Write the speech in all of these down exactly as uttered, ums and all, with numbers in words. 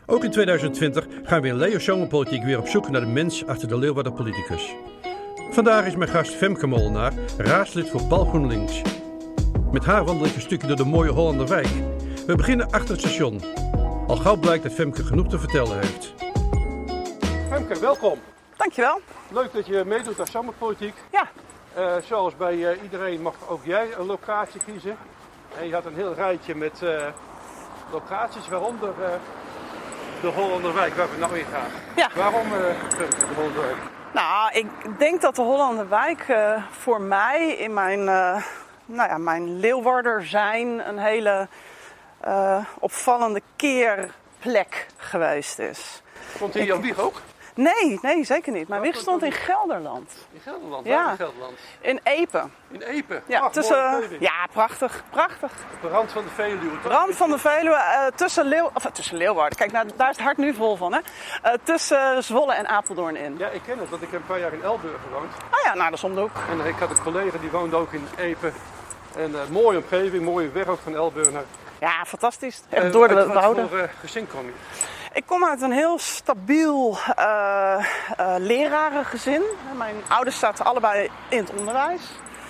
Ook in tweeduizend twintig gaan we in Leo Zomerpolitiek weer op zoek naar de mens achter de Leeuwarder politicus. Vandaag is mijn gast Femke Molenaar, raadslid voor PAL GroenLinks. Met haar wandel ik een stukje door de mooie Hollanderwijk. We beginnen achter het station. Al gauw blijkt dat Femke genoeg te vertellen heeft. Femke, welkom. Dankjewel. Leuk dat je meedoet aan Zomerpolitiek. Ja. Uh, zoals bij uh, iedereen mag ook jij een locatie kiezen. En je had een heel rijtje met uh, locaties, waaronder uh, de Hollanderwijk waar we nou in gaan. Ja. Waarom uh, de Hollanderwijk? Nou, ik denk dat de Hollanderwijk uh, voor mij in mijn, uh, nou ja, mijn Leeuwarder zijn een hele uh, opvallende keerplek geweest is. Stond in jouw wieg ook? Nee, nee, zeker niet. Mijn wieg stond in Gelderland. In Gelderland? Ja. Waar in Gelderland? In Epe. In Epe? Ja, Ach, tussen, ja, prachtig, prachtig. Op de rand van de Veluwe. Rand van de Veluwe, uh, tussen, Leeuw, of, uh, tussen Leeuwarden. Kijk, nou, daar is het hart nu vol van, hè. Uh, tussen Zwolle en Apeldoorn in. Ja, ik ken het, want ik heb een paar jaar in Elburg gewoond. Ah ja, nou, dat is om de hoek. En ik had een collega die woonde ook in Epe. En uh, mooie omgeving, mooie weg ook van Elburg naar... Ja, fantastisch. Echt Uh, door de uit wouden. Wat voor uh, gezin kwam je? Ik kom uit een heel stabiel uh, uh, lerarengezin. Mijn ouders zaten allebei in het onderwijs.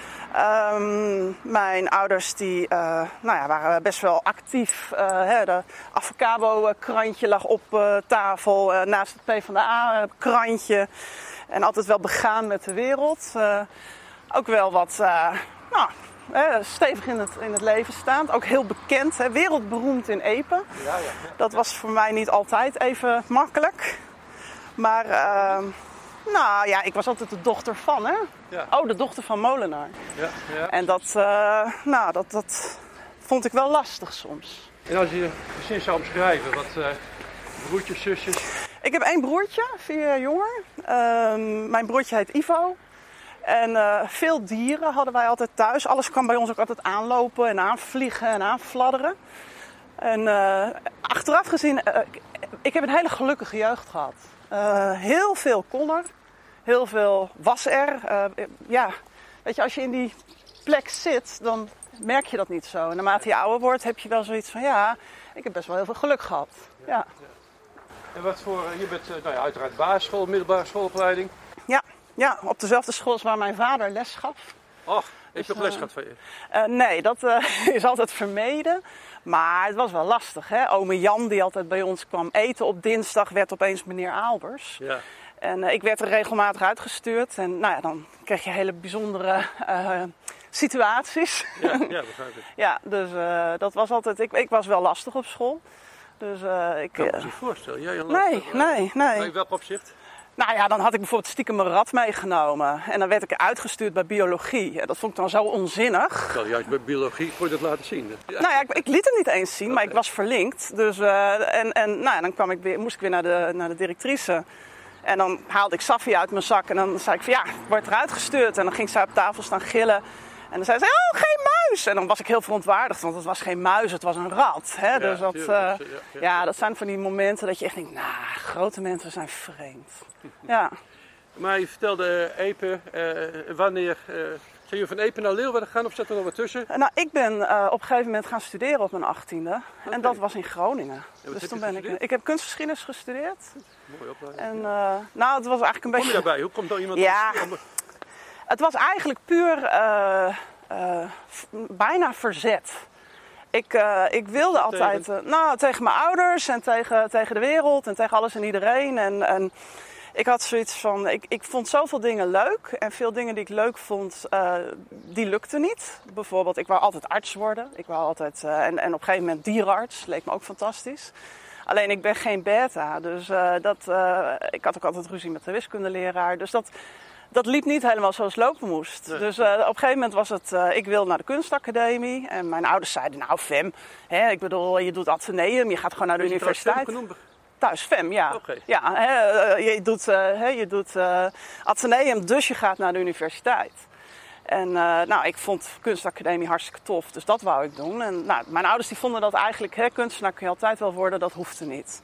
Um, mijn ouders die, uh, nou ja, waren best wel actief. Uh, hè, de Avocabo-krantje lag op uh, tafel uh, naast het PvdA-krantje. En altijd wel begaan met de wereld. Uh, ook wel wat... Uh, nou, He, stevig in het, in het leven staand. Ook heel bekend, he, wereldberoemd in Epe. Ja, ja, ja. Dat was voor mij niet altijd even makkelijk. Maar uh, nou ja, ik was altijd de dochter van, hè? Ja. Oh, de dochter van Molenaar. Ja, ja. En dat, uh, nou, dat, dat vond ik wel lastig soms. En als je je gezin zou omschrijven, wat uh, broertjes, zusjes? Ik heb één broertje, vier jaar jonger. Uh, mijn broertje heet Ivo. En uh, veel dieren hadden wij altijd thuis. Alles kwam bij ons ook altijd aanlopen en aanvliegen en aanfladderen. En uh, achteraf gezien, uh, ik heb een hele gelukkige jeugd gehad. Uh, heel veel kon er. Heel veel was er. Uh, ja, weet je, als je in die plek zit, dan merk je dat niet zo. En naarmate je ouder wordt, heb je wel zoiets van, ja, ik heb best wel heel veel geluk gehad. Ja. Ja. En wat voor, je bent uh, nou ja, uiteraard basisschool, middelbare schoolopleiding. Ja. Ja, op dezelfde school als waar mijn vader les gaf. Och, heb je dus, ook les uh, gehad van je? Uh, nee, dat uh, is altijd vermeden. Maar het was wel lastig, hè. Ome Jan, die altijd bij ons kwam eten op dinsdag, werd opeens meneer Aalbers. Ja. En uh, ik werd er regelmatig uitgestuurd. En nou ja, dan kreeg je hele bijzondere uh, situaties. Ja, ja, begrijp ik. Ja, dus uh, dat was altijd... Ik, ik was wel lastig op school. Dus uh, ik... kan me Uh, niet voorstellen. Jij, nee, nee, nee. In welk opzicht? Nou ja, dan had ik bijvoorbeeld stiekem mijn rat meegenomen. En dan werd ik uitgestuurd bij biologie. Dat vond ik dan zo onzinnig. Ik zal juist bij biologie voor je dat laten zien. Ja. Nou ja, ik, ik liet hem niet eens zien, Okay. maar ik was verlinkt. Dus, uh, en en nou ja, dan kwam ik weer, moest ik weer naar de, naar de directrice. En dan haalde ik Saffie uit mijn zak. En dan zei ik van ja, ik word eruit gestuurd. En dan ging zij op tafel staan gillen. En dan zei ze, oh, geen muis! En dan was ik heel verontwaardigd, want het was geen muis, het was een rat. Hè? Ja, dus dat, uh, ja, ja, ja, ja, dat zijn van die momenten dat je echt denkt, nou, nah, grote mensen zijn vreemd. Ja. Maar je vertelde uh, Epe, uh, wanneer... Uh, zijn jullie van Epe naar Leeuwarden gegaan of zat er nog wat tussen? Nou, ik ben uh, op een gegeven moment gaan studeren op mijn achttiende. Okay. En dat was in Groningen. Ja, dus toen ben ik, ik heb kunstgeschiedenis gestudeerd. Mooie opleiding. En uh, nou, het was eigenlijk een Hoe beetje... kom je daarbij? Hoe komt dan iemand... Ja, aan... het was eigenlijk puur uh, uh, f- bijna verzet. Ik, uh, ik wilde altijd... Uh, nou, tegen mijn ouders en tegen, tegen de wereld en tegen alles en iedereen. En, en ik had zoiets van... Ik, ik vond zoveel dingen leuk. En veel dingen die ik leuk vond, uh, die lukten niet. Bijvoorbeeld, ik wou altijd arts worden. Ik wou altijd... Uh, en, en op een gegeven moment dierenarts. Leek me ook fantastisch. Alleen ik ben geen beta. Dus uh, dat, uh, ik had ook altijd ruzie met de wiskundeleraar. Dus dat... Dat liep niet helemaal zoals het lopen moest. Nee. Dus uh, op een gegeven moment was het, uh, ik wil naar de kunstacademie. En mijn ouders zeiden, nou Fem, hè, ik bedoel, je doet ateneum, je gaat gewoon naar de is universiteit. Fem Thuis, Fem, ja. Okay. Ja, hè, je doet, uh, hè, je doet uh, ateneum, dus je gaat naar de universiteit. En uh, nou, ik vond kunstacademie hartstikke tof, dus dat wou ik doen. En nou, mijn ouders die vonden dat eigenlijk, hè, kunstenaar kun je altijd wel worden, dat hoefde niet.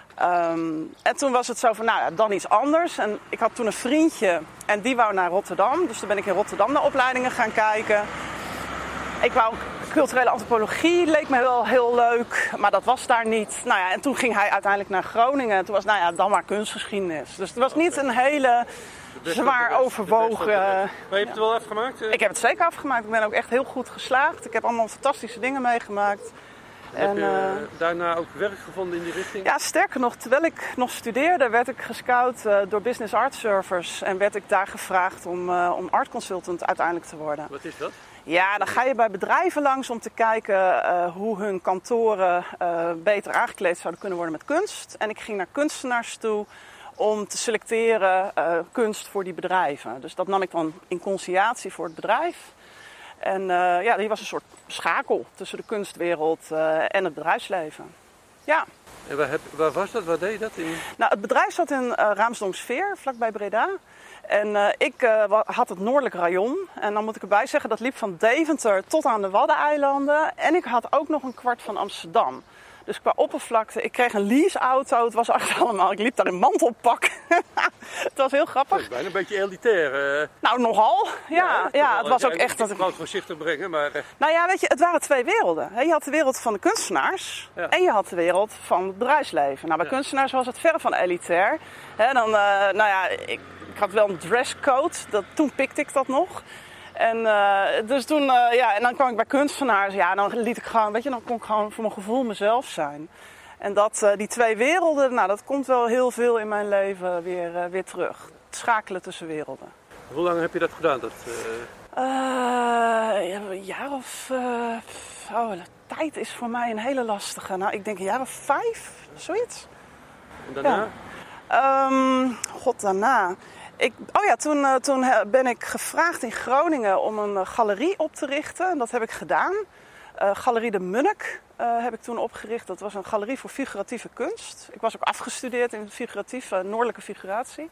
Um, en toen was het zo van, nou ja, dan iets anders. En ik had toen een vriendje en die wou naar Rotterdam. Dus toen ben ik in Rotterdam naar opleidingen gaan kijken. Ik wou culturele antropologie leek me wel heel leuk, maar dat was daar niet. Nou ja, en toen ging hij uiteindelijk naar Groningen. En toen was, nou ja, dan maar kunstgeschiedenis. Dus het was niet een hele zwaar overwogen... Maar je hebt het wel afgemaakt? Ik heb het zeker afgemaakt. Ik ben ook echt heel goed geslaagd. Ik heb allemaal fantastische dingen meegemaakt. Heb en, je uh, daarna ook werk gevonden in die richting? Ja, sterker nog, terwijl ik nog studeerde, werd ik gescout uh, door Business Art Servers. En werd ik daar gevraagd om, uh, om art consultant uiteindelijk te worden. Wat is dat? Ja, dan ga je bij bedrijven langs om te kijken uh, hoe hun kantoren uh, beter aangekleed zouden kunnen worden met kunst. En ik ging naar kunstenaars toe om te selecteren uh, kunst voor die bedrijven. Dus dat nam ik dan in conciliatie voor het bedrijf. En uh, ja, die was een soort schakel tussen de kunstwereld uh, en het bedrijfsleven. Ja. En waar, heb, waar was dat? Waar deed je dat in? Nou, het bedrijf zat in uh, Raamsdonksveer, vlakbij Breda. En uh, ik uh, had het noordelijk rayon. En dan moet ik erbij zeggen, dat liep van Deventer tot aan de Waddeneilanden. En ik had ook nog een kwart van Amsterdam. Dus qua oppervlakte, ik kreeg een leaseauto. Het was echt allemaal, ik liep daar in mantelpak. Het was heel grappig. Dat is bijna een beetje elitair. Uh... Nou, nogal. Ja, ja, ja het was ook echt... dat ik het voorzichtig brengen, maar... Uh... Nou ja, weet je, het waren twee werelden. Je had de wereld van de kunstenaars ja. en je had de wereld van het bedrijfsleven. Nou, bij ja. kunstenaars was het verre van elitair. He, dan, uh, nou ja, ik, ik had wel een dresscode. Dat, toen pikte ik dat nog. En uh, dus toen, uh, ja, en dan kwam ik bij kunstenaars. Ja, dan liet ik gewoon, weet je, dan kon ik gewoon voor mijn gevoel mezelf zijn. En dat, uh, die twee werelden, nou, dat komt wel heel veel in mijn leven weer, uh, weer terug. Het schakelen tussen werelden. Hoe lang heb je dat gedaan? Dat, uh... Uh, een jaar of... Uh, oh, de tijd is voor mij een hele lastige. Nou, ik denk een jaar of vijf, zoiets. En daarna? Ja. Um, God, daarna... Ik, oh ja, toen, uh, toen ben ik gevraagd in Groningen om een uh, galerie op te richten. En dat heb ik gedaan. Uh, Galerie de Munnik uh, heb ik toen opgericht. Dat was een galerie voor figuratieve kunst. Ik was ook afgestudeerd in figuratieve, noordelijke figuratie.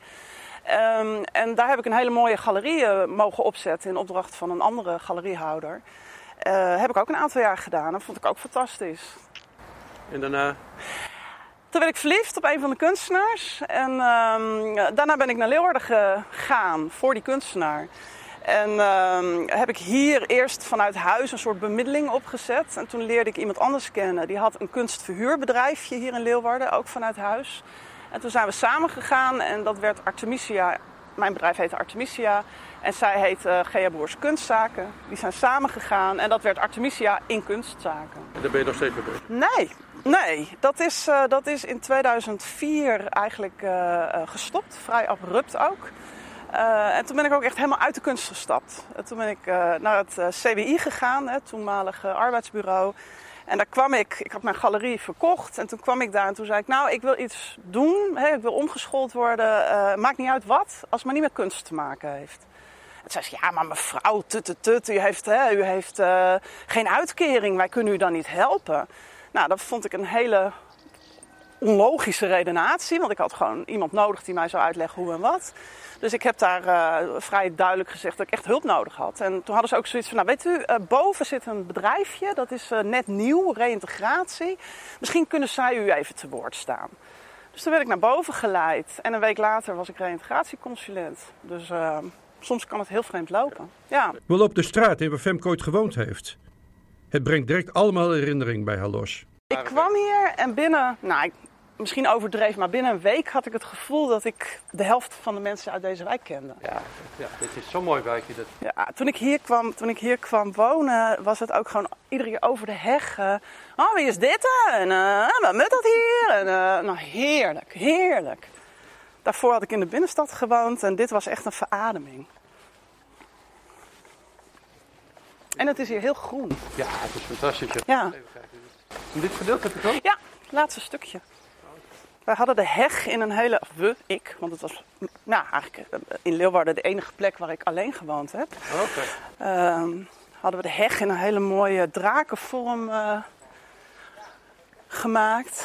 Um, en daar heb ik een hele mooie galerie uh, mogen opzetten in opdracht van een andere galeriehouder. Uh, heb ik ook een aantal jaar gedaan. Dat vond ik ook fantastisch. En daarna? Toen werd ik verliefd op een van de kunstenaars. En um, daarna ben ik naar Leeuwarden gegaan voor die kunstenaar. En um, heb ik hier eerst vanuit huis een soort bemiddeling opgezet. En toen leerde ik iemand anders kennen. Die had een kunstverhuurbedrijfje hier in Leeuwarden, ook vanuit huis. En toen zijn we samen gegaan en dat werd Artemisia. Mijn bedrijf heette Artemisia. En zij heet uh, Gea Boers Kunstzaken. Die zijn samen gegaan en dat werd Artemisia in Kunstzaken. En daar ben je nog steeds mee bezig? Nee, nee. Dat is, uh, dat is in tweeduizend vier eigenlijk uh, uh, gestopt. Vrij abrupt ook. Uh, en toen ben ik ook echt helemaal uit de kunst gestapt. Uh, toen ben ik uh, naar het uh, C W I gegaan, het toenmalige arbeidsbureau. En daar kwam ik, ik had mijn galerie verkocht en toen kwam ik daar en toen zei ik, nou, ik wil iets doen, hè, ik wil omgeschoold worden, uh, maakt niet uit wat, als het maar niet met kunst te maken heeft. En toen zei ze, ja, maar mevrouw, tut, tut, tut, u heeft, hè, u heeft uh, geen uitkering, wij kunnen u dan niet helpen. Nou, dat vond ik een hele onlogische redenatie, want ik had gewoon iemand nodig die mij zou uitleggen hoe en wat. Dus ik heb daar uh, vrij duidelijk gezegd dat ik echt hulp nodig had. En toen hadden ze ook zoiets van, nou weet u, uh, boven zit een bedrijfje, dat is uh, net nieuw, reïntegratie. Misschien kunnen zij u even te woord staan. Dus toen werd ik naar boven geleid en een week later was ik reïntegratieconsulent. Dus uh, soms kan het heel vreemd lopen. Ja. We lopen de straat in waar Femke ooit gewoond heeft. Het brengt direct allemaal herinnering bij haar los. Ik kwam hier en binnen, nou ik, misschien overdreven, maar binnen een week had ik het gevoel dat ik de helft van de mensen uit deze wijk kende. Ja, ja, dit is zo'n mooi wijkje. Dat... Ja, toen ik hier kwam, toen ik hier kwam wonen, was het ook gewoon iedere keer over de heg. Uh, oh, wie is dit? En uh, wat moet dat hier? En, uh, nou, heerlijk, heerlijk. Daarvoor had ik in de binnenstad gewoond en dit was echt een verademing. En het is hier heel groen. Ja, het is fantastisch. Ja. Even kijken. En dit gedeelte heb ik ook? Ja, het laatste stukje. Wij hadden de heg in een hele... We, ik, want het was nou, eigenlijk in Leeuwarden de enige plek waar ik alleen gewoond heb. Oké. Okay. Um, hadden we de heg in een hele mooie drakenvorm uh, gemaakt.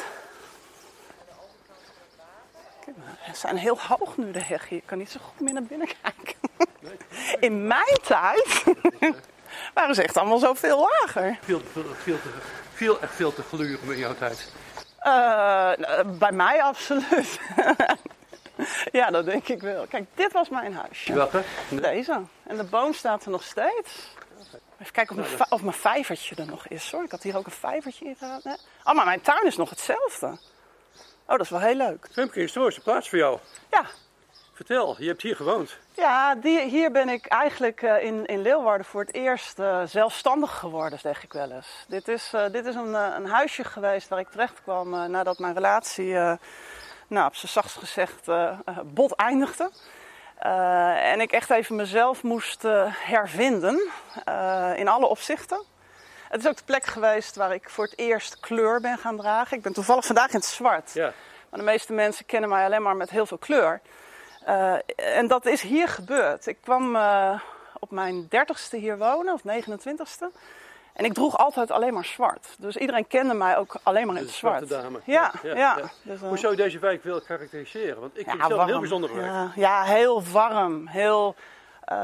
Kijk, ze zijn heel hoog nu, de heg hier. Ik kan niet zo goed meer naar binnen kijken. In mijn tijd waren ze echt allemaal zoveel lager. Veel, veel, veel, te, veel, echt veel te gluren in jouw tijd. Uh, bij mij absoluut. Ja, dat denk ik wel. Kijk, dit was mijn huisje. Welke? Deze. En de boom staat er nog steeds. Even kijken of mijn, of mijn vijvertje er nog is. Hoor. Ik had hier ook een vijvertje in gehad. Nee. Oh, maar mijn tuin is nog hetzelfde. Oh, dat is wel heel leuk. Femke, historische plaats voor jou. Ja. Vertel, je hebt hier gewoond. Ja, die, hier ben ik eigenlijk uh, in, in Leeuwarden voor het eerst uh, zelfstandig geworden, zeg ik wel eens. Dit is, uh, dit is een, uh, een huisje geweest waar ik terecht kwam uh, nadat mijn relatie, uh, nou, op z'n zachtst gezegd, uh, uh, bot eindigde. Uh, en ik echt even mezelf moest uh, hervinden uh, in alle opzichten. Het is ook de plek geweest waar ik voor het eerst kleur ben gaan dragen. Ik ben toevallig vandaag in het zwart. Ja. Maar de meeste mensen kennen mij alleen maar met heel veel kleur. Uh, en dat is hier gebeurd. Ik kwam uh, op mijn dertigste hier wonen, of negenentwintigste. En ik droeg altijd alleen maar zwart. Dus iedereen kende mij ook alleen maar in het zwart. Dame. Ja, ja. ja, ja. ja. Dus, uh, Hoe zou je deze wijk willen karakteriseren? Want ik vind ja, het zelf warm. een heel bijzonder wijk. Ja, ja, heel warm. Heel, uh,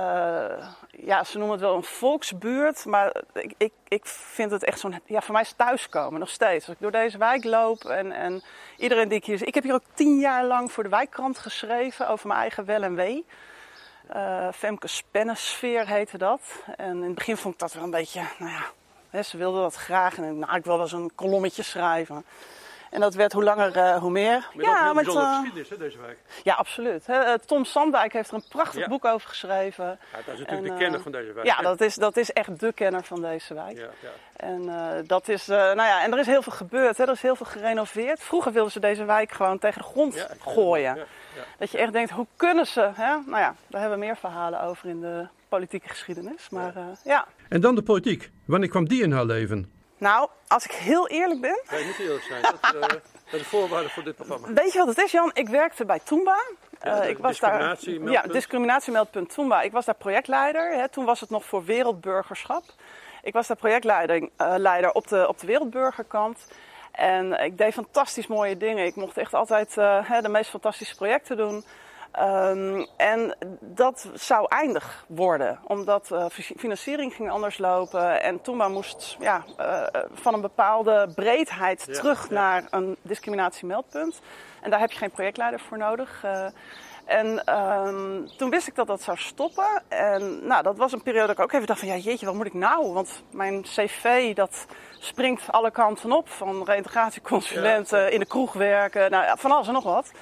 ja, ze noemen het wel een volksbuurt. Maar ik, ik, ik vind het echt zo'n... Ja, voor mij is het thuiskomen, nog steeds. Als ik door deze wijk loop en, en iedereen die ik hier zie... Ik heb hier ook tien jaar lang voor de wijkkrant geschreven over mijn eigen wel en wee. Uh, Femke Spennesfeer heette dat. En in het begin vond ik dat wel een beetje... Nou ja, hè, ze wilden dat graag. En nou, ik wil wel eens een kolommetje schrijven. En dat werd hoe langer, uh, hoe meer. Met ja, ook heel met, bijzondere uh, geschiedenis, hè, deze wijk. Ja, absoluut. He, Tom Sandwijk heeft er een prachtig Ja. boek over geschreven. Ja, dat is natuurlijk En, de uh, kenner van deze wijk. Ja, hè? dat is, dat is echt de kenner van deze wijk. Ja, ja. En, uh, dat is, uh, nou ja, en er is heel veel gebeurd. Hè. Er is heel veel gerenoveerd. Vroeger wilden ze deze wijk gewoon tegen de grond Ja, ik- gooien. ja, ja. Dat je echt denkt, hoe kunnen ze? Hè? Nou ja, daar hebben we meer verhalen over in de politieke geschiedenis. Maar uh, ja. En dan de politiek. Wanneer kwam die in haar leven? Nou, als ik heel eerlijk ben... Ja, je moet eerlijk zijn. Dat, uh, dat is de voorwaarde voor dit programma. Weet je wat het is, Jan? Ik werkte bij Toomba. Ja, Uh, de ik was daar, discriminatiemeldpunt. ja, discriminatiemeldpunt Toomba. Ik was daar projectleider. Hè. Toen was het nog voor wereldburgerschap. Ik was daar projectleider uh, leider op, de, op de wereldburgerkant. En ik deed fantastisch mooie dingen. Ik mocht echt altijd uh, hè, de meest fantastische projecten doen. Um, en dat zou eindig worden, omdat uh, financiering ging anders lopen. En Toomba moest ja, uh, van een bepaalde breedheid Ja, terug ja. naar een discriminatiemeldpunt. En daar heb je geen projectleider voor nodig. Uh, en um, toen wist ik dat dat zou stoppen. En nou, dat was een periode dat ik ook even dacht van ja jeetje, wat moet ik nou? Want mijn cv dat springt alle kanten op. Van reïntegratieconsulent, Ja. uh, in de kroeg werken, nou, ja, van alles en nog wat.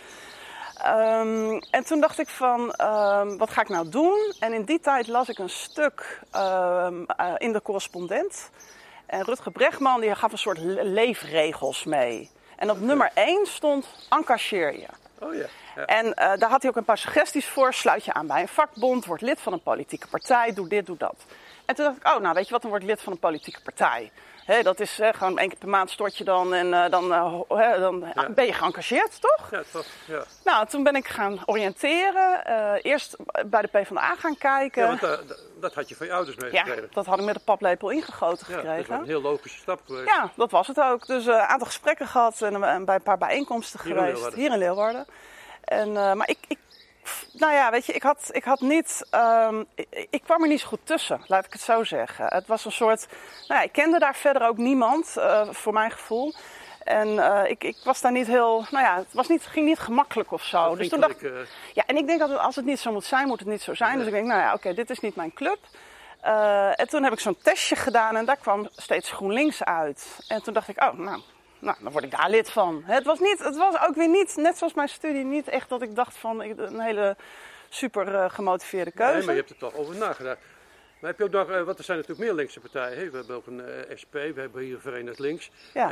Um, en toen dacht ik van, um, wat ga ik nou doen? En in die tijd las ik een stuk um, uh, in de Correspondent. En Rutger Bregman die gaf een soort le- leefregels mee. En op nummer één stond, engageer je. Oh ja. ja. En uh, daar had hij ook een paar suggesties voor. Sluit je aan bij een vakbond, word lid van een politieke partij, doe dit, doe dat. En toen dacht ik, oh nou weet je wat, dan word ik lid van een politieke partij. He, dat is he, gewoon één keer per maand stort je dan en uh, dan, uh, he, dan Ja. ben je geëngageerd, toch? Ja, toch. Ja. Nou, toen ben ik gaan oriënteren. Uh, eerst bij de PvdA gaan kijken. Ja, want uh, d- dat had je van je ouders Ja, meegekregen. dat had ik met de paplepel ingegoten Ja, dat is gekregen. wel een heel logische stap geweest. Ja, dat was het ook. Dus uh, een aantal gesprekken gehad en, uh, bij een paar bijeenkomsten Hier in geweest. Leeuwarden. Hier in Leeuwarden. En, uh, maar ik, ik, nou ja, weet je, ik had, ik had niet, um, ik, ik kwam er niet zo goed tussen, laat ik het zo zeggen. Het was een soort, nou ja, ik kende daar verder ook niemand, uh, voor mijn gevoel. En uh, ik, ik was daar niet heel, nou ja, het was niet, ging niet gemakkelijk of zo. Dat Dus ging toen dacht ik, gelijk, uh, ja, en ik denk dat als het niet zo moet zijn, moet het niet zo zijn. Nee. Dus ik denk, nou ja, oké, okay, dit is niet mijn club. Uh, en toen heb ik zo'n testje gedaan en daar kwam steeds GroenLinks uit. En toen dacht ik, oh, nou, nou dan word ik daar lid van. Het was, niet, het was ook weer niet, net zoals mijn studie, niet echt dat ik dacht van een hele super uh, gemotiveerde keuze. Nee, maar je hebt er toch over nagedacht. Maar heb je ook nog, uh, want er zijn natuurlijk meer linkse partijen. Hè? We hebben ook een uh, S P, we hebben hier Verenigd Links. Ja. Uh,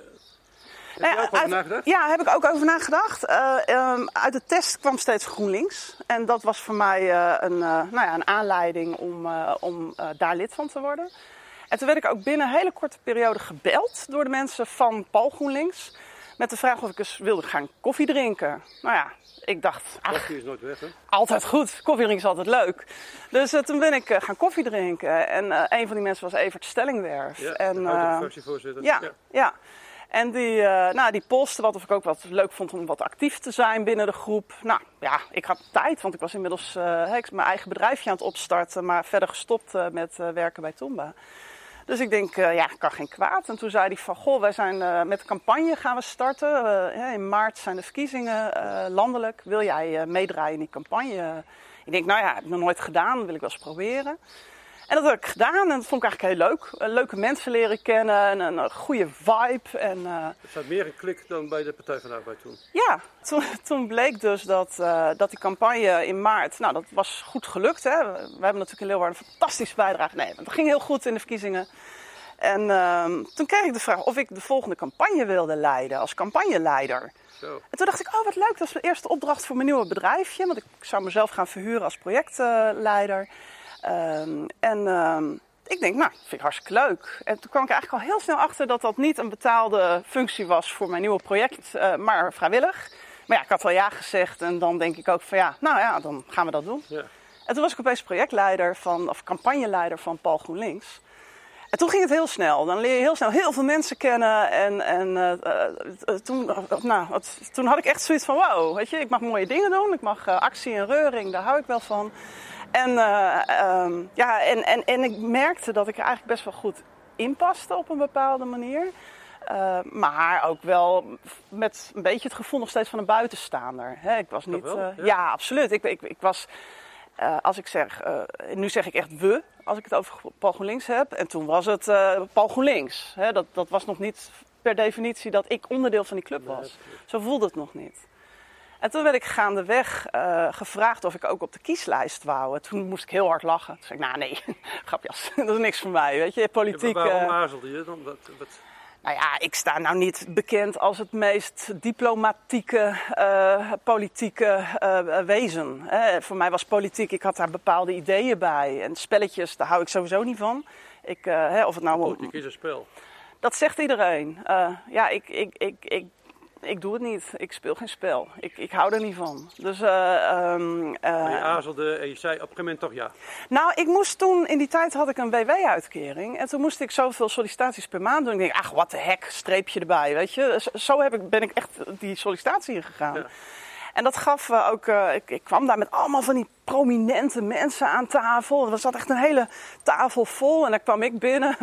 heb Nou je ja, ook over uit, nagedacht? ja, heb ik ook over nagedacht. Uh, um, uit de test kwam steeds GroenLinks. En dat was voor mij uh, een, uh, nou ja, een aanleiding om, uh, om uh, daar lid van te worden. En toen werd ik ook binnen een hele korte periode gebeld door de mensen van Pal GroenLinks. Met de vraag of ik eens wilde gaan koffie drinken. Nou ja, ik dacht, ach, Koffie is nooit weg, hè? altijd goed. Koffie drinken is altijd leuk. Dus uh, toen ben ik uh, gaan koffie drinken. En uh, een van die mensen was Evert Stellingwerf. Ja, en, de huidige uh, fractievoorzitter. ja, ja. ja. En die, uh, nou, die postte wat of ik ook wat leuk vond om wat actief te zijn binnen de groep. Nou ja, ik had tijd, want ik was inmiddels uh, ik mijn eigen bedrijfje aan het opstarten. Maar verder gestopt uh, met uh, werken bij Toomba. Dus ik denk, uh, ja, kan geen kwaad. En toen zei hij van, goh, wij zijn uh, met een campagne gaan we starten. Uh, ja, in maart zijn de verkiezingen uh, landelijk. Wil jij uh, meedraaien in die campagne? Ik denk, nou ja, heb ik nog nooit gedaan, wil ik wel eens proberen. En dat heb ik gedaan en dat vond ik eigenlijk heel leuk. Uh, leuke mensen leren kennen en een, een goede vibe. En, uh, het staat meer een klik dan bij de Partij van de Arbeid toen. Ja, toen, toen bleek dus dat, uh, dat die campagne in maart, nou dat was goed gelukt. Hè. We, we hebben natuurlijk in Leeuwarden een fantastische bijdrage. Nee, want het ging heel goed in de verkiezingen. En uh, toen kreeg ik de vraag of ik de volgende campagne wilde leiden als campagneleider. Zo. En toen dacht ik, oh wat leuk, dat is de eerste opdracht voor mijn nieuwe bedrijfje. Want ik zou mezelf gaan verhuren als projectleider. Um, en um, ik denk, nou, dat vind ik hartstikke leuk. En toen kwam ik eigenlijk al heel snel achter dat dat niet een betaalde functie was voor mijn nieuwe project, uh, maar vrijwillig. Maar ja, ik had al ja gezegd en dan denk ik ook van ja, nou ja, dan gaan we dat doen. Ja. En toen was ik opeens projectleider van, of campagneleider van Pal GroenLinks. En toen ging het heel snel. Dan leer je heel snel heel veel mensen kennen. En, en uh, uh, toen, uh, nou, het, toen had ik echt zoiets van wow, weet je, ik mag mooie dingen doen. Ik mag uh, actie en reuring, daar hou ik wel van. En, uh, um, ja, en, en, en ik merkte dat ik er eigenlijk best wel goed in paste op een bepaalde manier. Uh, maar ook wel met een beetje het gevoel nog steeds van een buitenstaander. Hè, ik was niet. Uh, ja? ja, absoluut. Ik, ik, ik was. Uh, als ik zeg, uh, nu zeg ik echt we, als ik het over Pal GroenLinks heb. En toen was het uh, Pal GroenLinks. Hè, dat, dat was nog niet per definitie dat ik onderdeel van die club was. Zo voelde het nog niet. En toen werd ik gaandeweg uh, gevraagd of ik ook op de kieslijst wou. En toen moest ik heel hard lachen. Toen zei ik, nou nee, grapjas, dat is niks voor mij. Weet je, politiek. Ja, waarom aarzelde je dan? Wat, wat... Nou ja, ik sta nou niet bekend als het meest diplomatieke, uh, politieke uh, wezen. Hè. Voor mij was politiek, ik had daar bepaalde ideeën bij. En spelletjes, daar hou ik sowieso niet van. Ik, uh, hè, of het nou... Politiek is een spel. Dat zegt iedereen. Uh, ja, ik, ik, ik, ik, ik doe het niet. Ik speel geen spel. Ik, ik hou er niet van. Dus, uh, um, uh, maar je aarzelde en je zei op een gegeven moment toch ja. Nou, ik moest toen, in die tijd had ik een W W-uitkering. En toen moest ik zoveel sollicitaties per maand doen. Ik denk, ach, wat de hek, streepje erbij, weet je. Zo heb ik, ben ik echt die sollicitatie ingegaan. Ja. En dat gaf uh, ook, uh, ik, ik kwam daar met allemaal van die prominente mensen aan tafel. Er zat echt een hele tafel vol en daar kwam ik binnen.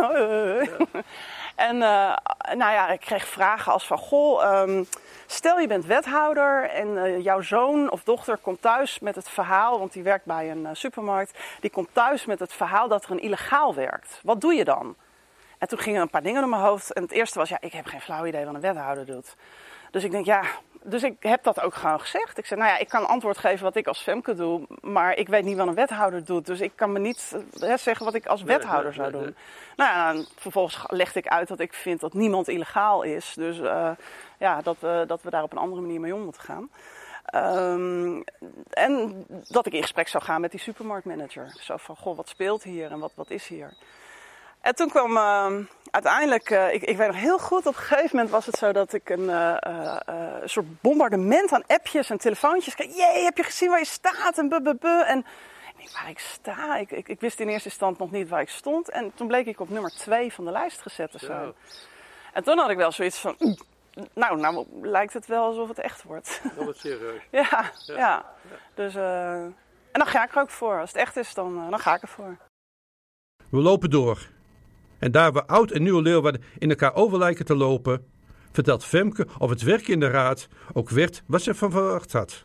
Ja. En uh, nou ja, ik kreeg vragen als van, goh, um, stel je bent wethouder en uh, jouw zoon of dochter komt thuis met het verhaal, want die werkt bij een uh, supermarkt, die komt thuis met het verhaal dat er een illegaal werkt. Wat doe je dan? En toen gingen een paar dingen door mijn hoofd en het eerste was, ja, ik heb geen flauw idee wat een wethouder doet. Dus ik denk, ja, dus ik heb dat ook gewoon gezegd. Ik zei, nou ja, ik kan antwoord geven wat ik als Femke doe, maar ik weet niet wat een wethouder doet. Dus ik kan me niet hè, zeggen wat ik als wethouder zou doen. Nou ja, vervolgens legde ik uit dat ik vind dat niemand illegaal is. Dus uh, ja, dat, uh, dat we daar op een andere manier mee om moeten gaan. Um, en dat ik in gesprek zou gaan met die supermarktmanager. Zo van, goh, wat speelt hier en wat, wat is hier? En toen kwam uh, uiteindelijk, uh, ik, ik weet nog heel goed, op een gegeven moment was het zo dat ik een uh, uh, uh, soort bombardement aan appjes en telefoontjes kreeg. Jee, heb je gezien waar je staat en bububu. En ik denk, waar ik sta, ik, ik, ik wist in eerste instantie nog niet waar ik stond. En toen bleek ik op nummer twee van de lijst gezet te zijn. En toen had ik wel zoiets van, nou, nou lijkt het wel alsof het echt wordt. Dat wordt serieus. ja, ja, ja. ja. Dus, uh, en dan ga ik er ook voor. Als het echt is, dan, uh, dan ga ik ervoor. We lopen door. En daar we oud en nieuwe Leeuwarden in elkaar over lijken te lopen, vertelt Femke of het werk in de raad ook werd wat ze van verwacht had.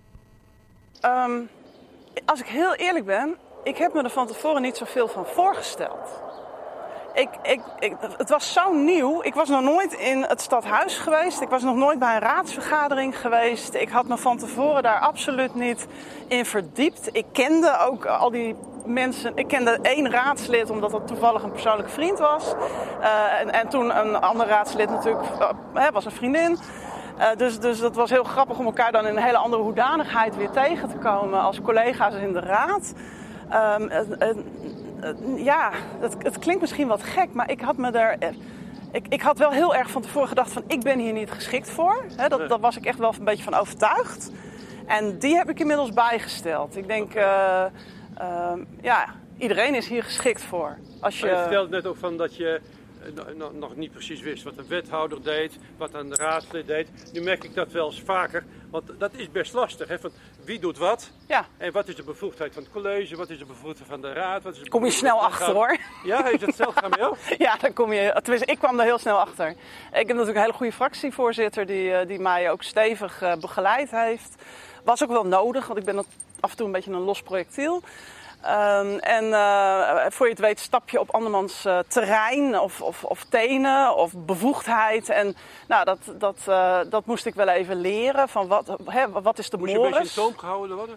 Um, als ik heel eerlijk ben, ik heb me er van tevoren niet zoveel van voorgesteld. Ik, ik, ik, het was zo nieuw. Ik was nog nooit in het stadhuis geweest. Ik was nog nooit bij een raadsvergadering geweest. Ik had me van tevoren daar absoluut niet in verdiept. Ik kende ook al die mensen. Ik kende één raadslid omdat dat toevallig een persoonlijke vriend was. Uh, en, en toen een ander raadslid natuurlijk uh, was een vriendin. Uh, dus, dus dat was heel grappig om elkaar dan in een hele andere hoedanigheid weer tegen te komen als collega's in de raad. Um, uh, uh, uh, ja, het, het klinkt misschien wat gek, maar ik had me er... Uh, ik, ik had wel heel erg van tevoren gedacht van ik ben hier niet geschikt voor. He, dat, daar was ik echt wel een beetje van overtuigd. En die heb ik inmiddels bijgesteld. Ik denk, uh, uh, ja, iedereen is hier geschikt voor. Als je... Maar je vertelde net ook van dat je uh, nog niet precies wist wat een wethouder deed, wat een raadslid deed. Nu merk ik dat wel eens vaker, want dat is best lastig. Hè? Van wie doet wat? Ja. En wat is de bevoegdheid van het college? Wat is de bevoegdheid van de raad? Wat is de kom je snel achter hoor. Ja, is dat zelf gaan bij jou? Ja, dan kom je. Tenminste, ik kwam er heel snel achter. Ik heb natuurlijk een hele goede fractievoorzitter die, die mij ook stevig uh, begeleid heeft. Was ook wel nodig, want ik ben af en toe een beetje een los projectiel. Um, en uh, voor je het weet stap je op andermans uh, terrein of, of, of tenen of bevoegdheid. En nou, dat, dat, uh, dat moest ik wel even leren. Van wat, hè, wat is de Moest mores? je een beetje in toom gehouden worden?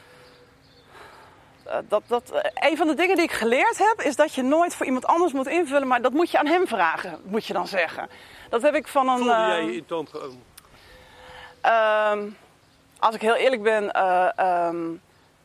Uh, dat, dat, uh, een van de dingen die ik geleerd heb is dat je nooit voor iemand anders moet invullen. Maar dat moet je aan hem vragen, moet je dan zeggen. Dat heb ik van een... Voelde jij uh, je in toom gehouden? Um, als ik heel eerlijk ben, uh, um,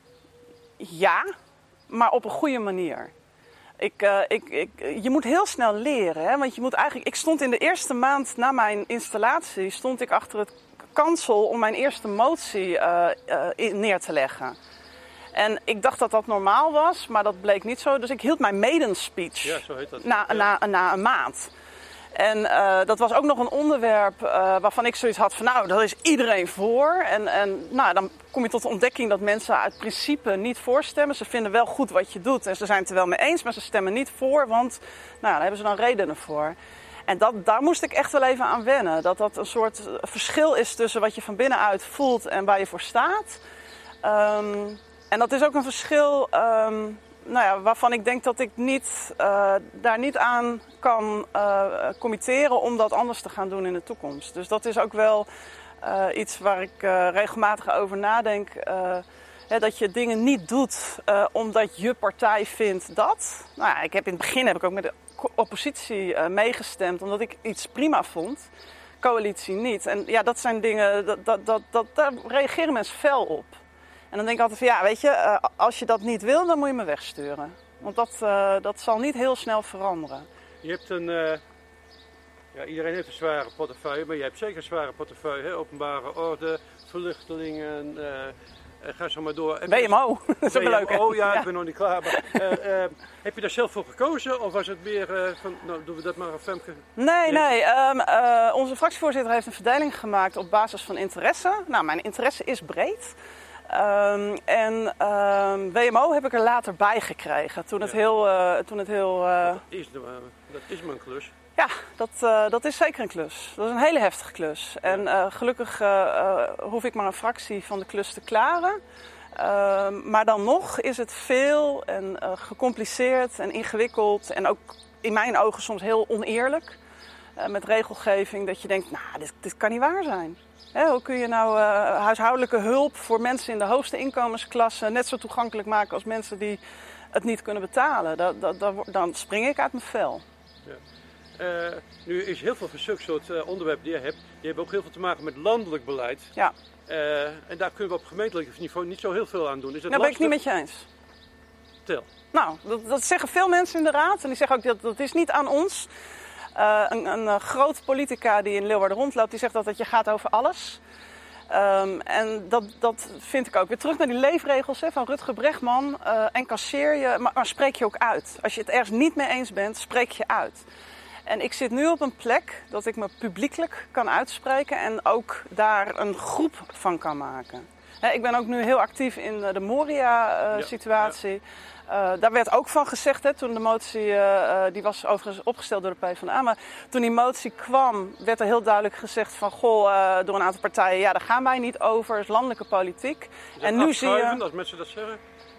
ja, maar op een goede manier. Ik, uh, ik, ik, je moet heel snel leren, hè? Want je moet eigenlijk. Ik stond in de eerste maand na mijn installatie stond ik achter het kansel om mijn eerste motie uh, uh, in, neer te leggen. En ik dacht dat dat normaal was, maar dat bleek niet zo. Dus ik hield mijn maiden speech Ja, zo heet dat. na, Ja. na, na een maand. En uh, dat was ook nog een onderwerp uh, waarvan ik zoiets had van nou, daar is iedereen voor. En, en nou, dan kom je tot de ontdekking dat mensen uit principe niet voorstemmen. Ze vinden wel goed wat je doet en ze zijn het er wel mee eens, maar ze stemmen niet voor, want nou, daar hebben ze dan redenen voor. En dat, daar moest ik echt wel even aan wennen. Dat dat een soort verschil is tussen wat je van binnenuit voelt en waar je voor staat. Um, en dat is ook een verschil... Um, Nou ja, waarvan ik denk dat ik niet, uh, daar niet aan kan uh, committeren om dat anders te gaan doen in de toekomst. Dus dat is ook wel uh, iets waar ik uh, regelmatig over nadenk. Uh, hè, dat je dingen niet doet uh, omdat je partij vindt dat. Nou ja, ik heb in het begin heb ik ook met de oppositie uh, meegestemd omdat ik iets prima vond. Coalitie niet. En ja, dat zijn dingen, dat, dat, dat, dat, daar reageren mensen fel op. En dan denk ik altijd van ja, weet je, uh, als je dat niet wil, dan moet je me wegsturen. Want dat, uh, dat zal niet heel snel veranderen. Je hebt een, uh, ja, iedereen heeft een zware portefeuille, maar je hebt zeker een zware portefeuille. Hè? Openbare orde, vluchtelingen, uh, uh, ga zo maar door. B M O, dat is ook leuk hè? Oh ja, ja, ik ben nog niet klaar. Maar, uh, uh, heb je daar zelf voor gekozen of was het meer uh, van, nou doen we dat maar aan Femke? Nee, nee. Um, uh, onze fractievoorzitter heeft een verdeling gemaakt op basis van interesse. Nou, mijn interesse is breed. Um, en um, W M O heb ik er later bij gekregen, toen het ja. heel... Uh, toen het heel uh... dat, is de, uh, dat is mijn klus. Ja, dat, uh, dat is zeker een klus. Dat is een hele heftige klus. Ja. En uh, gelukkig uh, uh, hoef ik maar een fractie van de klus te klaren. Uh, maar dan nog is het veel en uh, gecompliceerd en ingewikkeld en ook in mijn ogen soms heel oneerlijk. Uh, met regelgeving dat je denkt, nou, dit, dit kan niet waar zijn. He, hoe kun je nou uh, huishoudelijke hulp voor mensen in de hoogste inkomensklasse net zo toegankelijk maken als mensen die het niet kunnen betalen? Da, da, da, dan spring ik uit mijn vel. Ja. Uh, nu is heel veel van zulke soort uh, onderwerpen die je hebt, die hebben ook heel veel te maken met landelijk beleid. Ja. Uh, en daar kunnen we op gemeentelijk niveau niet zo heel veel aan doen. Is het daar ben ik niet met je eens. Tel. Nou, dat, dat zeggen veel mensen in de raad en die zeggen ook dat dat is niet aan ons. Uh, een, een uh, groot politica die in Leeuwarden rondloopt, die zegt dat het je gaat over alles. Um, en dat, dat vind ik ook. Weer terug naar die leefregels hè, van Rutger Bregman. Uh, encasseer je, maar, maar spreek je ook uit. Als je het ergens niet mee eens bent, spreek je uit. En ik zit nu op een plek dat ik me publiekelijk kan uitspreken en ook daar een groep van kan maken. He, ik ben ook nu heel actief in de Moria-situatie. Uh, ja, ja. Uh, daar werd ook van gezegd, hè, toen de motie, uh, die was overigens opgesteld door de PvdA, maar toen die motie kwam, werd er heel duidelijk gezegd van, goh, uh, door een aantal partijen, ja, daar gaan wij niet over, het is landelijke politiek. Is en nu zie je, als mensen dat zeggen?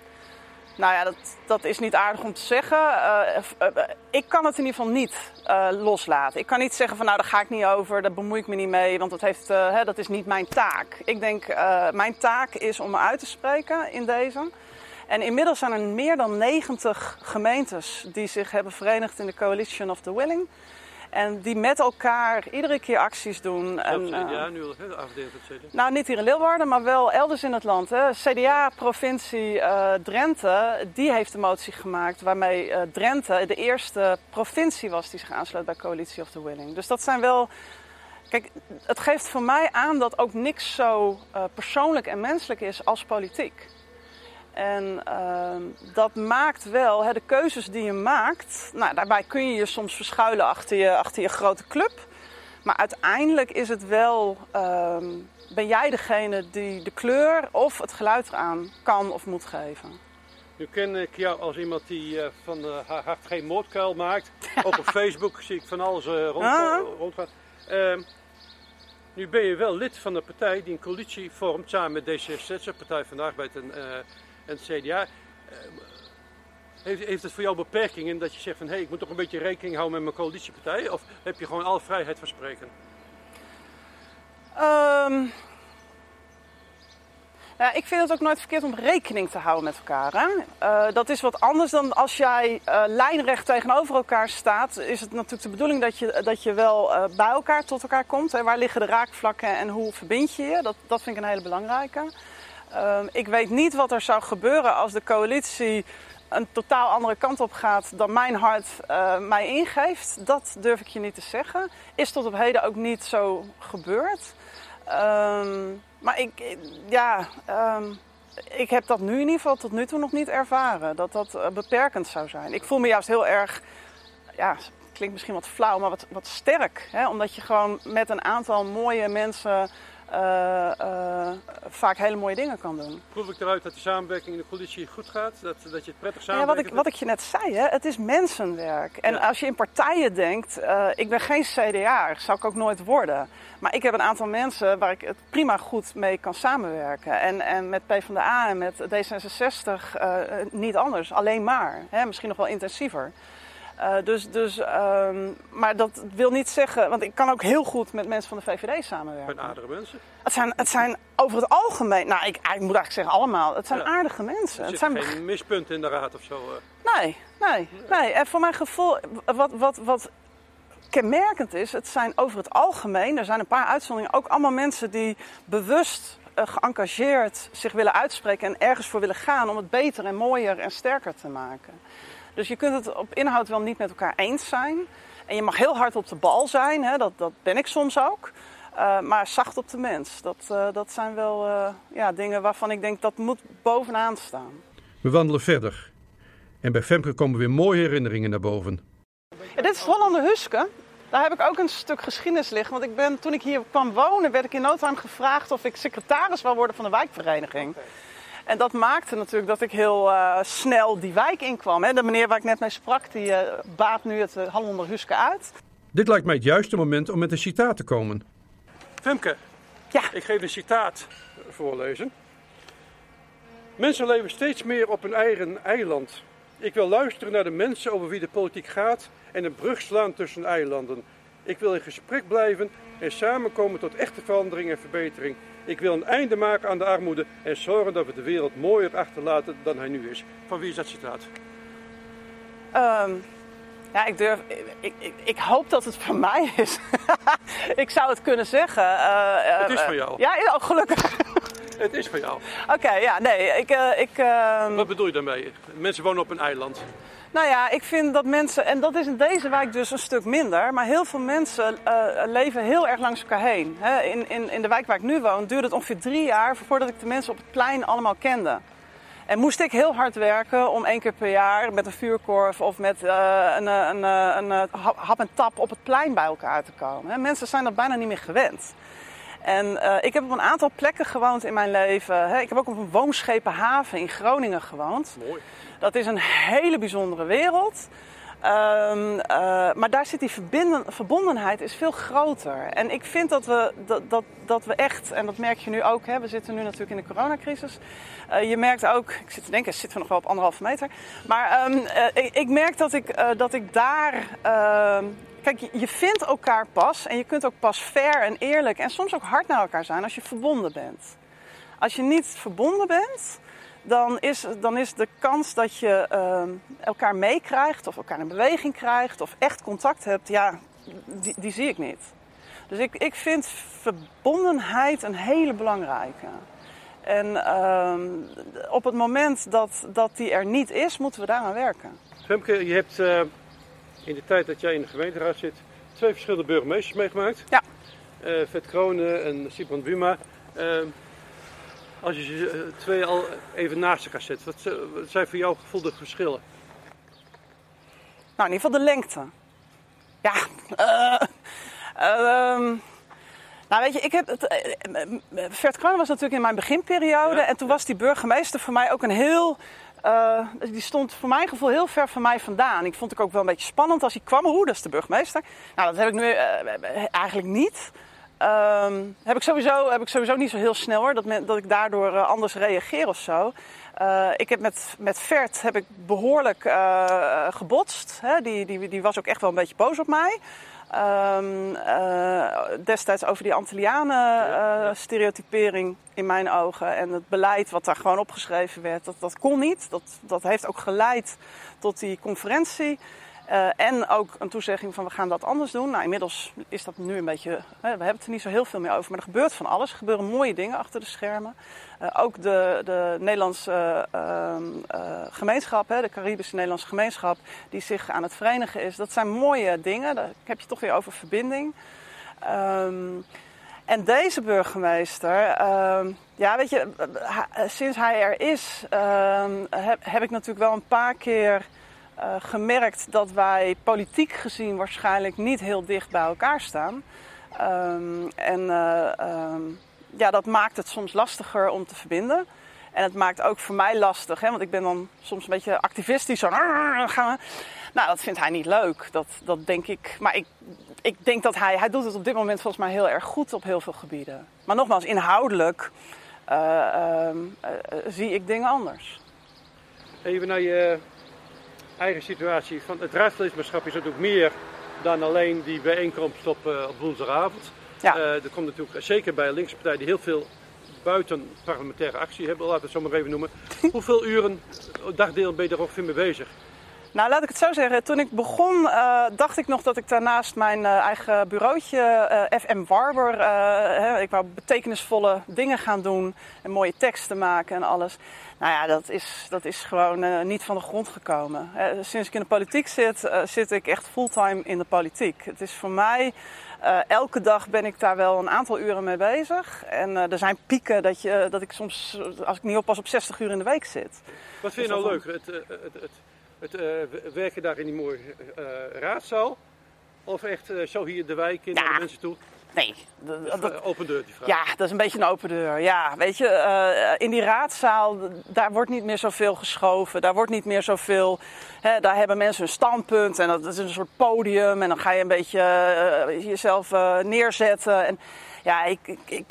Nou ja, dat, dat is niet aardig om te zeggen. Uh, uh, uh, ik kan het in ieder geval niet uh, loslaten. Ik kan niet zeggen van, nou, daar ga ik niet over, daar bemoei ik me niet mee, want dat, heeft, uh, hè, dat is niet mijn taak. Ik denk, uh, mijn taak is om me uit te spreken in deze. En inmiddels zijn er meer dan negentig gemeentes die zich hebben verenigd in de Coalition of the Willing. En die met elkaar iedere keer acties doen. En, uh, ja, nu al de afdeling van het C D A. Nou, niet hier in Leeuwarden, maar wel elders in het land. Hè. C D A-provincie uh, Drenthe, die heeft de motie gemaakt waarmee uh, Drenthe de eerste provincie was die zich aansloot bij Coalition of the Willing. Dus dat zijn wel... Kijk, het geeft voor mij aan dat ook niks zo uh, persoonlijk en menselijk is als politiek. En uh, dat maakt wel, hè, de keuzes die je maakt, nou, daarbij kun je je soms verschuilen achter je, achter je grote club. Maar uiteindelijk is het wel, uh, ben jij degene die de kleur of het geluid eraan kan of moet geven. Nu ken ik jou als iemand die uh, van uh, haar hart geen moordkuil maakt. Ook op Facebook zie ik van alles uh, rond, ah. rondgaan. Uh, nu ben je wel lid van een partij die een coalitie vormt samen met D zesenzestig, Partij van de Arbeid en... Uh, En het C D A. Heeft, heeft het voor jou beperkingen dat je zegt van hé, hey, ik moet toch een beetje rekening houden met mijn coalitiepartij? Of heb je gewoon alle vrijheid van spreken? Um, nou, ik vind het ook nooit verkeerd om rekening te houden met elkaar. Hè? Uh, dat is wat anders dan als jij uh, lijnrecht tegenover elkaar staat. Is het natuurlijk de bedoeling dat je, dat je wel uh, bij elkaar tot elkaar komt. Hè? Waar liggen de raakvlakken en hoe verbind je je? Dat, dat vind ik een hele belangrijke. Uh, ik weet niet wat er zou gebeuren als de coalitie een totaal andere kant op gaat dan mijn hart uh, mij ingeeft. Dat durf ik je niet te zeggen. Is tot op heden ook niet zo gebeurd. Um, maar ik, ja, um, ik heb dat nu in ieder geval tot nu toe nog niet ervaren. Dat dat uh, beperkend zou zijn. Ik voel me juist heel erg, ja, klinkt misschien wat flauw, maar wat, wat sterk. Hè? Omdat je gewoon met een aantal mooie mensen Uh, uh, vaak hele mooie dingen kan doen. Proef ik eruit dat de samenwerking in de coalitie goed gaat? Dat, dat je het prettig samenwerkt? Ja, wat, ik, wat ik je net zei, hè, het is mensenwerk. En ja. Als je in partijen denkt, uh, ik ben geen C D A'er, zou ik ook nooit worden. Maar ik heb een aantal mensen waar ik het prima goed mee kan samenwerken. En, en met PvdA en met D zesenzestig uh, niet anders, alleen maar. Hè, misschien nog wel intensiever. Uh, dus, dus, um, maar dat wil niet zeggen, want ik kan ook heel goed met mensen van de V V D samenwerken. En aardige mensen? Het zijn, het zijn over het algemeen, nou ik, ik moet eigenlijk zeggen allemaal, het zijn ja. aardige mensen. Er het zijn geen mispunten in de raad of zo? Uh. Nee, nee, nee. En voor mijn gevoel, wat, wat, wat kenmerkend is, het zijn over het algemeen, er zijn een paar uitzonderingen, ook allemaal mensen die bewust uh, geëngageerd zich willen uitspreken en ergens voor willen gaan om het beter en mooier en sterker te maken. Dus je kunt het op inhoud wel niet met elkaar eens zijn. En je mag heel hard op de bal zijn, hè? Dat, dat ben ik soms ook. Uh, maar zacht op de mens. Dat, uh, dat zijn wel uh, ja, dingen waarvan ik denk dat moet bovenaan staan. We wandelen verder. En bij Femke komen weer mooie herinneringen naar boven. Ja, dit is Hollander Huske. Daar heb ik ook een stuk geschiedenis liggen. Want ik ben, toen ik hier kwam wonen, werd ik in no time gevraagd of ik secretaris wou worden van de wijkvereniging. En dat maakte natuurlijk dat ik heel uh, snel die wijk inkwam. Hè. De meneer waar ik net mee sprak, die uh, baat nu het uh, Hollander Huske uit. Dit lijkt mij het juiste moment om met een citaat te komen. Femke, ja. Ik geef een citaat voorlezen. Mensen leven steeds meer op een eigen eiland. Ik wil luisteren naar de mensen over wie de politiek gaat en een brug slaan tussen eilanden. Ik wil in gesprek blijven en samenkomen tot echte verandering en verbetering. Ik wil een einde maken aan de armoede en zorgen dat we de wereld mooier achterlaten dan hij nu is. Van wie is dat citaat? Um, ja, ik durf. Ik, ik, ik hoop dat het van mij is. Ik zou het kunnen zeggen. Uh, uh, het is van jou. Ja, oh, gelukkig. Het is van jou. Oké, okay, ja, nee. Ik, uh, ik, uh... Wat bedoel je daarmee? Mensen wonen op een eiland. Nou ja, ik vind dat mensen, en dat is in deze wijk dus een stuk minder, maar heel veel mensen uh, leven heel erg langs elkaar heen. He, in, in, in de wijk waar ik nu woon duurde het ongeveer drie jaar voordat ik de mensen op het plein allemaal kende. En moest ik heel hard werken om één keer per jaar met een vuurkorf of met uh, een, een, een, een hap en tap op het plein bij elkaar te komen. He, mensen zijn dat bijna niet meer gewend. En uh, ik heb op een aantal plekken gewoond in mijn leven. He, ik heb ook op een woonschepenhaven in Groningen gewoond. Mooi. Dat is een hele bijzondere wereld. Um, uh, maar daar zit die verbinden, verbondenheid is veel groter. En ik vind dat we, dat, dat, dat we echt, en dat merk je nu ook, hè, we zitten nu natuurlijk in de coronacrisis. Uh, je merkt ook, ik zit te denken, zitten we nog wel op anderhalve meter. Maar um, uh, ik, ik merk dat ik, uh, dat ik daar... Uh, kijk, je, je vindt elkaar pas en je kunt ook pas fair en eerlijk en soms ook hard naar elkaar zijn als je verbonden bent. Als je niet verbonden bent... Dan is, dan is de kans dat je uh, elkaar meekrijgt of elkaar in beweging krijgt of echt contact hebt, ja, die, die zie ik niet. Dus ik, ik vind verbondenheid een hele belangrijke. En uh, op het moment dat, dat die er niet is, moeten we daaraan werken. Femke, je hebt uh, in de tijd dat jij in de gemeenteraad zit twee verschillende burgemeesters meegemaakt. Ja. Uh, Vet Kronen en Sibrand Buma. Uh, Als je ze twee al even naast elkaar zet, wat zijn voor jou gevoelde verschillen? Nou, in ieder geval de lengte. Ja, uh, uh, um, nou weet je, ik heb het, uh, Vet Kronen was natuurlijk in mijn beginperiode ja. En toen was die burgemeester voor mij ook een heel, uh, die stond voor mijn gevoel heel ver van mij vandaan. Ik vond het ook wel een beetje spannend als hij kwam, hoe, dat is de burgemeester. Nou, dat heb ik nu uh, eigenlijk niet. Um, heb, ik sowieso, heb ik sowieso niet zo heel snel hoor, dat, men, dat ik daardoor uh, anders reageer of zo. Uh, ik heb met, met Vert heb ik behoorlijk uh, gebotst. Hè? Die, die, die was ook echt wel een beetje boos op mij. Um, uh, destijds over die Antillianen uh, stereotypering in mijn ogen. En het beleid wat daar gewoon opgeschreven werd, dat, dat kon niet. Dat, dat heeft ook geleid tot die conferentie. Uh, en ook een toezegging van we gaan dat anders doen. Nou, inmiddels is dat nu een beetje, hè, we hebben het er niet zo heel veel meer over, maar er gebeurt van alles. Er gebeuren mooie dingen achter de schermen. Uh, ook de, de Nederlandse uh, uh, gemeenschap, hè, de Caribische Nederlandse gemeenschap, die zich aan het verenigen is. Dat zijn mooie dingen. Daar heb je toch weer over verbinding. Um, en deze burgemeester, um, ja, weet je, sinds hij er is, um, heb, heb ik natuurlijk wel een paar keer Uh, gemerkt dat wij politiek gezien waarschijnlijk niet heel dicht bij elkaar staan. Um, en uh, um, ja, dat maakt het soms lastiger om te verbinden. En het maakt ook voor mij lastig, hè, want ik ben dan soms een beetje activistisch. Zo, gaan we. Nou, dat vindt hij niet leuk. Dat, dat denk ik. Maar ik, ik denk dat hij, hij doet het op dit moment volgens mij heel erg goed op heel veel gebieden. Maar nogmaals, inhoudelijk uh, uh, uh, uh, zie ik dingen anders. Even naar je eigen situatie. Van het raadslidmaatschap is natuurlijk meer dan alleen die bijeenkomst op, uh, op woensdagavond. Ja. Uh, er komt natuurlijk zeker bij een linkse partij die heel veel buiten parlementaire actie hebben, laten we het zo maar even noemen. Hoeveel uren dagdeel ben je er ongeveer mee bezig? Nou, laat ik het zo zeggen. Toen ik begon, uh, dacht ik nog dat ik daarnaast mijn uh, eigen bureautje, uh, F M Warber, uh, hè, ik wou betekenisvolle dingen gaan doen en mooie teksten maken en alles. Nou ja, dat is, dat is gewoon uh, niet van de grond gekomen. Uh, sinds ik in de politiek zit, uh, zit ik echt fulltime in de politiek. Het is voor mij, uh, elke dag ben ik daar wel een aantal uren mee bezig. En uh, er zijn pieken dat, je, dat ik soms, als ik niet oppas, op zestig uur in de week zit. Wat vind je nou leuker? Het, het, het, het... Het uh, werken daar in die mooie uh, raadzaal? Of echt uh, zo hier de wijk in, ja, naar de mensen toe? Nee. Dat, dat, open deur, die vraag. Ja, dat is een beetje een open deur. Ja, weet je, uh, in die raadzaal, daar wordt niet meer zoveel geschoven. Daar wordt niet meer zoveel, hè, daar hebben mensen een standpunt en dat is een soort podium. En dan ga je een beetje uh, jezelf uh, neerzetten. En, ja, ik, ik, ik,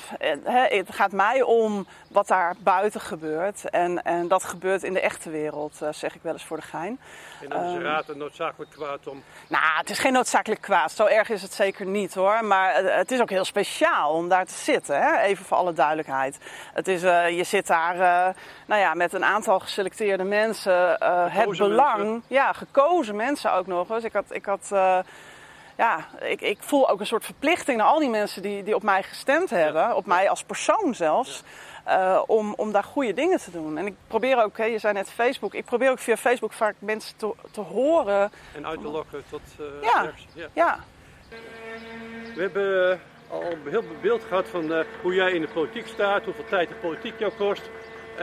het gaat mij om wat daar buiten gebeurt. En, en dat gebeurt in de echte wereld, zeg ik wel eens voor de gein. En dan is de raad een noodzakelijk kwaad om? Nou, het is geen noodzakelijk kwaad. Zo erg is het zeker niet, hoor. Maar het is ook heel speciaal om daar te zitten, hè? Even voor alle duidelijkheid. Het is, uh, je zit daar uh, nou ja, met een aantal geselecteerde mensen. Uh, het belang, mensen. Ja, gekozen mensen ook nog. Dus ik had... Ik had uh, Ja, ik, ik voel ook een soort verplichting naar al die mensen die, die op mij gestemd hebben, ja. Op mij als persoon zelfs, ja. uh, om, om daar goede dingen te doen. En ik probeer ook, hè, je zei net Facebook, ik probeer ook via Facebook vaak mensen te, te horen. En uit te lokken tot uh, ja. reactie. Ja. Ja. We hebben uh, al een heel beeld gehad van uh, hoe jij in de politiek staat, hoeveel tijd de politiek jou kost. Uh,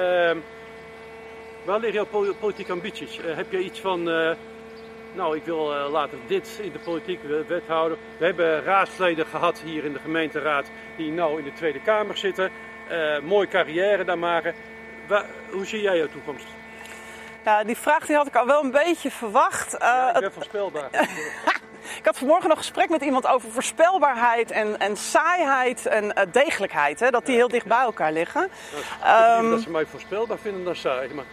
waar liggen jouw politieke ambities? Uh, heb je iets van... Uh, Nou, ik wil uh, later dit in de politiek wethouder. We hebben raadsleden gehad hier in de gemeenteraad die nou in de Tweede Kamer zitten. Uh, mooie carrière daar maken. Waar, hoe zie jij jouw toekomst? Ja, die vraag die had ik al wel een beetje verwacht. Uh, ja, ik ben het... voorspelbaar. Ik had vanmorgen nog een gesprek met iemand over voorspelbaarheid en, en saaiheid en uh, degelijkheid. Hè, dat die heel dicht bij elkaar liggen. Nou, um, dat ze mij voorspelbaar vinden dan saai. Maar...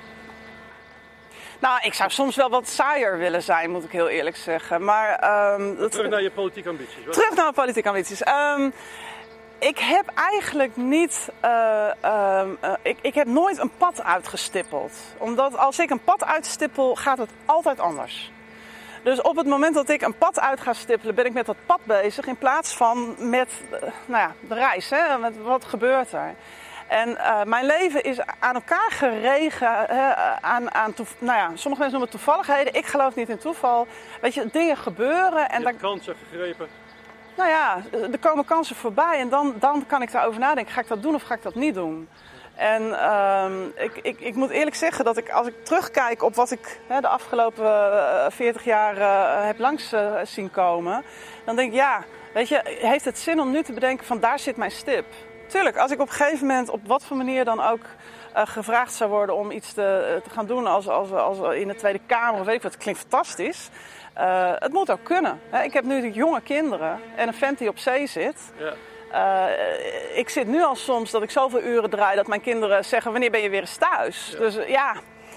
Nou, ik zou soms wel wat saaier willen zijn, moet ik heel eerlijk zeggen. Maar, um, terug dat... naar je politieke ambities. Wat? Terug naar mijn politieke ambities. Um, ik heb eigenlijk niet... Uh, uh, uh, ik, ik heb nooit een pad uitgestippeld. Omdat als ik een pad uitstippel, gaat het altijd anders. Dus op het moment dat ik een pad uit ga stippelen, ben ik met dat pad bezig. In plaats van met uh, nou ja, de reis. Hè? Met wat gebeurt er? En uh, mijn leven is aan elkaar geregen, hè, aan, aan toev- nou ja, sommige mensen noemen het toevalligheden. Ik geloof niet in toeval. Weet je, dingen gebeuren. En je hebt kansen gegrepen. Nou ja, er komen kansen voorbij en dan, dan kan ik daarover nadenken. Ga ik dat doen of ga ik dat niet doen? En uh, ik, ik, ik moet eerlijk zeggen dat ik, als ik terugkijk op wat ik hè, de afgelopen uh, veertig jaar uh, heb langs uh, zien komen, dan denk ik, ja, weet je, heeft het zin om nu te bedenken van daar zit mijn stip? Tuurlijk, als ik op een gegeven moment op wat voor manier dan ook uh, gevraagd zou worden om iets te, te gaan doen als, als, als in de Tweede Kamer of weet ik wat, het klinkt fantastisch. Uh, het moet ook kunnen. Hè? Ik heb nu jonge kinderen en een vent die op zee zit. Ja. Uh, ik zit nu al soms dat ik zoveel uren draai dat mijn kinderen zeggen: wanneer ben je weer eens thuis? Ja. Dus uh, ja,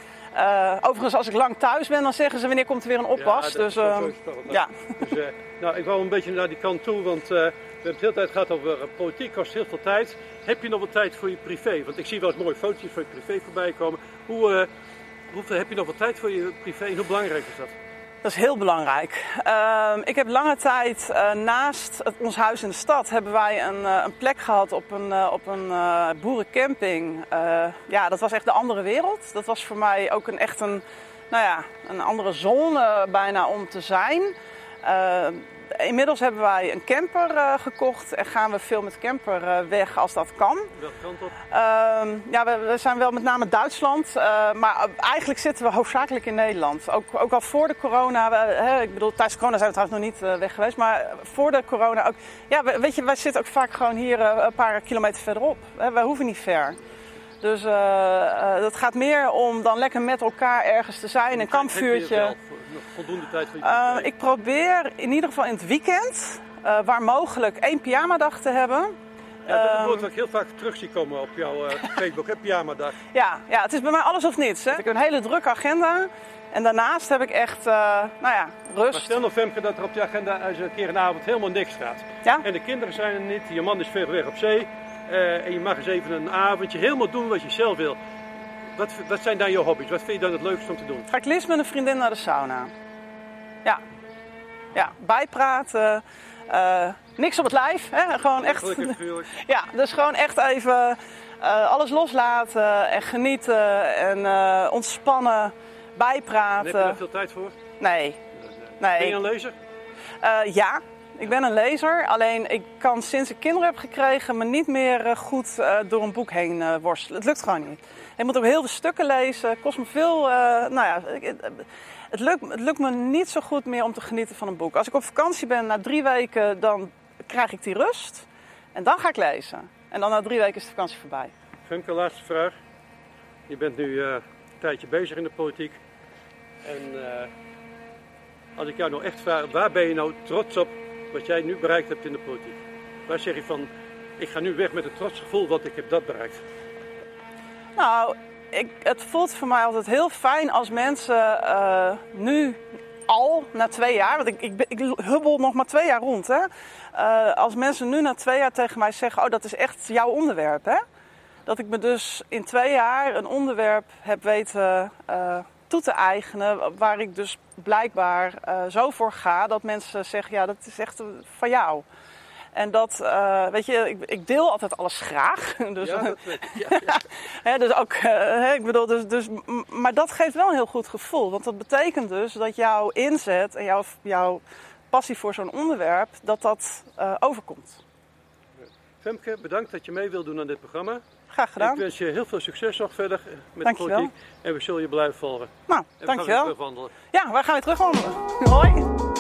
uh, overigens als ik lang thuis ben, dan zeggen ze: wanneer komt er weer een oppas? Ja, dus, uh, ja. dus uh, nou, ik wou een beetje naar die kant toe, want uh, we hebben het de hele tijd gehad over uh, politiek, kost heel veel tijd. Heb je nog wat tijd voor je privé? Want ik zie wel eens mooie foto's van je privé voorbij komen. Hoe, uh, hoeveel heb je nog wat tijd voor je privé en hoe belangrijk is dat? Dat is heel belangrijk. Uh, ik heb lange tijd uh, naast het, ons huis in de stad hebben wij een, uh, een plek gehad op een, uh, op een uh, boerencamping. Uh, ja, dat was echt de andere wereld. Dat was voor mij ook een, echt een, nou ja, een andere zone uh, bijna om te zijn. Uh, inmiddels hebben wij een camper uh, gekocht en gaan we veel met camper uh, weg als dat kan. Welke kant op? Uh, ja, we, we zijn wel met name Duitsland, uh, maar eigenlijk zitten we hoofdzakelijk in Nederland. Ook, ook al voor de corona, we, hè, ik bedoel tijdens corona zijn we trouwens nog niet uh, weg geweest, maar voor de corona ook. Ja, we, weet je, wij zitten ook vaak gewoon hier uh, een paar kilometer verderop. Hè, wij hoeven niet ver. Dus uh, uh, dat gaat meer om dan lekker met elkaar ergens te zijn, een kampvuurtje. Heb je wel nog voldoende tijd voor je uh, Ik probeer in ieder geval in het weekend, uh, waar mogelijk, één pyjamadag te hebben. Ja, dat is een woord wat ik heel vaak terug zie komen op jouw uh, Facebook, hè, pyjamadag. Ja, ja, het is bij mij alles of niets. Hè. Ik heb een hele drukke agenda en daarnaast heb ik echt, uh, nou ja, rust. Maar stel nog, Femke, dat er op je agenda eens een keer een avond helemaal niks staat. Ja? En de kinderen zijn er niet, je man is ver weg op zee. Uh, en je mag eens even een avondje helemaal doen wat je zelf wil. Wat, wat zijn dan je hobby's? Wat vind je dan het leukste om te doen? Ga ik liefst met een vriendin naar de sauna. Ja, ja, bijpraten. Uh, niks op het lijf. Hè? Gewoon echt. Ja, dus gewoon echt even uh, alles loslaten en genieten en uh, ontspannen, bijpraten. En heb je daar veel tijd voor? Nee. nee. Ben je een lezer? Uh, ja. Ik ben een lezer, alleen ik kan sinds ik kinderen heb gekregen me niet meer uh, goed uh, door een boek heen uh, worstelen. Het lukt gewoon niet. Ik moet ook heel veel stukken lezen, het kost me veel, uh, nou ja, het lukt, het lukt me niet zo goed meer om te genieten van een boek. Als ik op vakantie ben, na drie weken, dan krijg ik die rust en dan ga ik lezen. En dan na drie weken is de vakantie voorbij. Femke, laatste vraag. Je bent nu uh, een tijdje bezig in de politiek en uh, als ik jou nou echt vraag, waar ben je nou trots op? Wat jij nu bereikt hebt in de politiek. Waar zeg je van, ik ga nu weg met een trots gevoel, want ik heb dat bereikt? Nou, ik, het voelt voor mij altijd heel fijn als mensen uh, nu al, na twee jaar, want ik, ik, ik hubbel nog maar twee jaar rond. Hè? Uh, als mensen nu na twee jaar tegen mij zeggen, oh dat is echt jouw onderwerp. Hè? Dat ik me dus in twee jaar een onderwerp heb weten uh, toe te eigenen, waar ik dus blijkbaar uh, zo voor ga dat mensen zeggen, ja, dat is echt van jou. En dat, uh, weet je, ik, ik deel altijd alles graag. Dus, ja, dat weet ik. Ja, ja. He, dus ook, uh, ik bedoel, dus, dus, maar dat geeft wel een heel goed gevoel. Want dat betekent dus dat jouw inzet en jouw, jouw passie voor zo'n onderwerp, dat dat uh, overkomt. Femke, bedankt dat je mee wilt doen aan dit programma. Graag gedaan. Ik wens je heel veel succes nog verder met dank de politiek. En we zullen je blijven volgen. Nou, en dankjewel. We gaan weer terugwandelen. Ja, wij gaan weer terugwandelen. Hoi.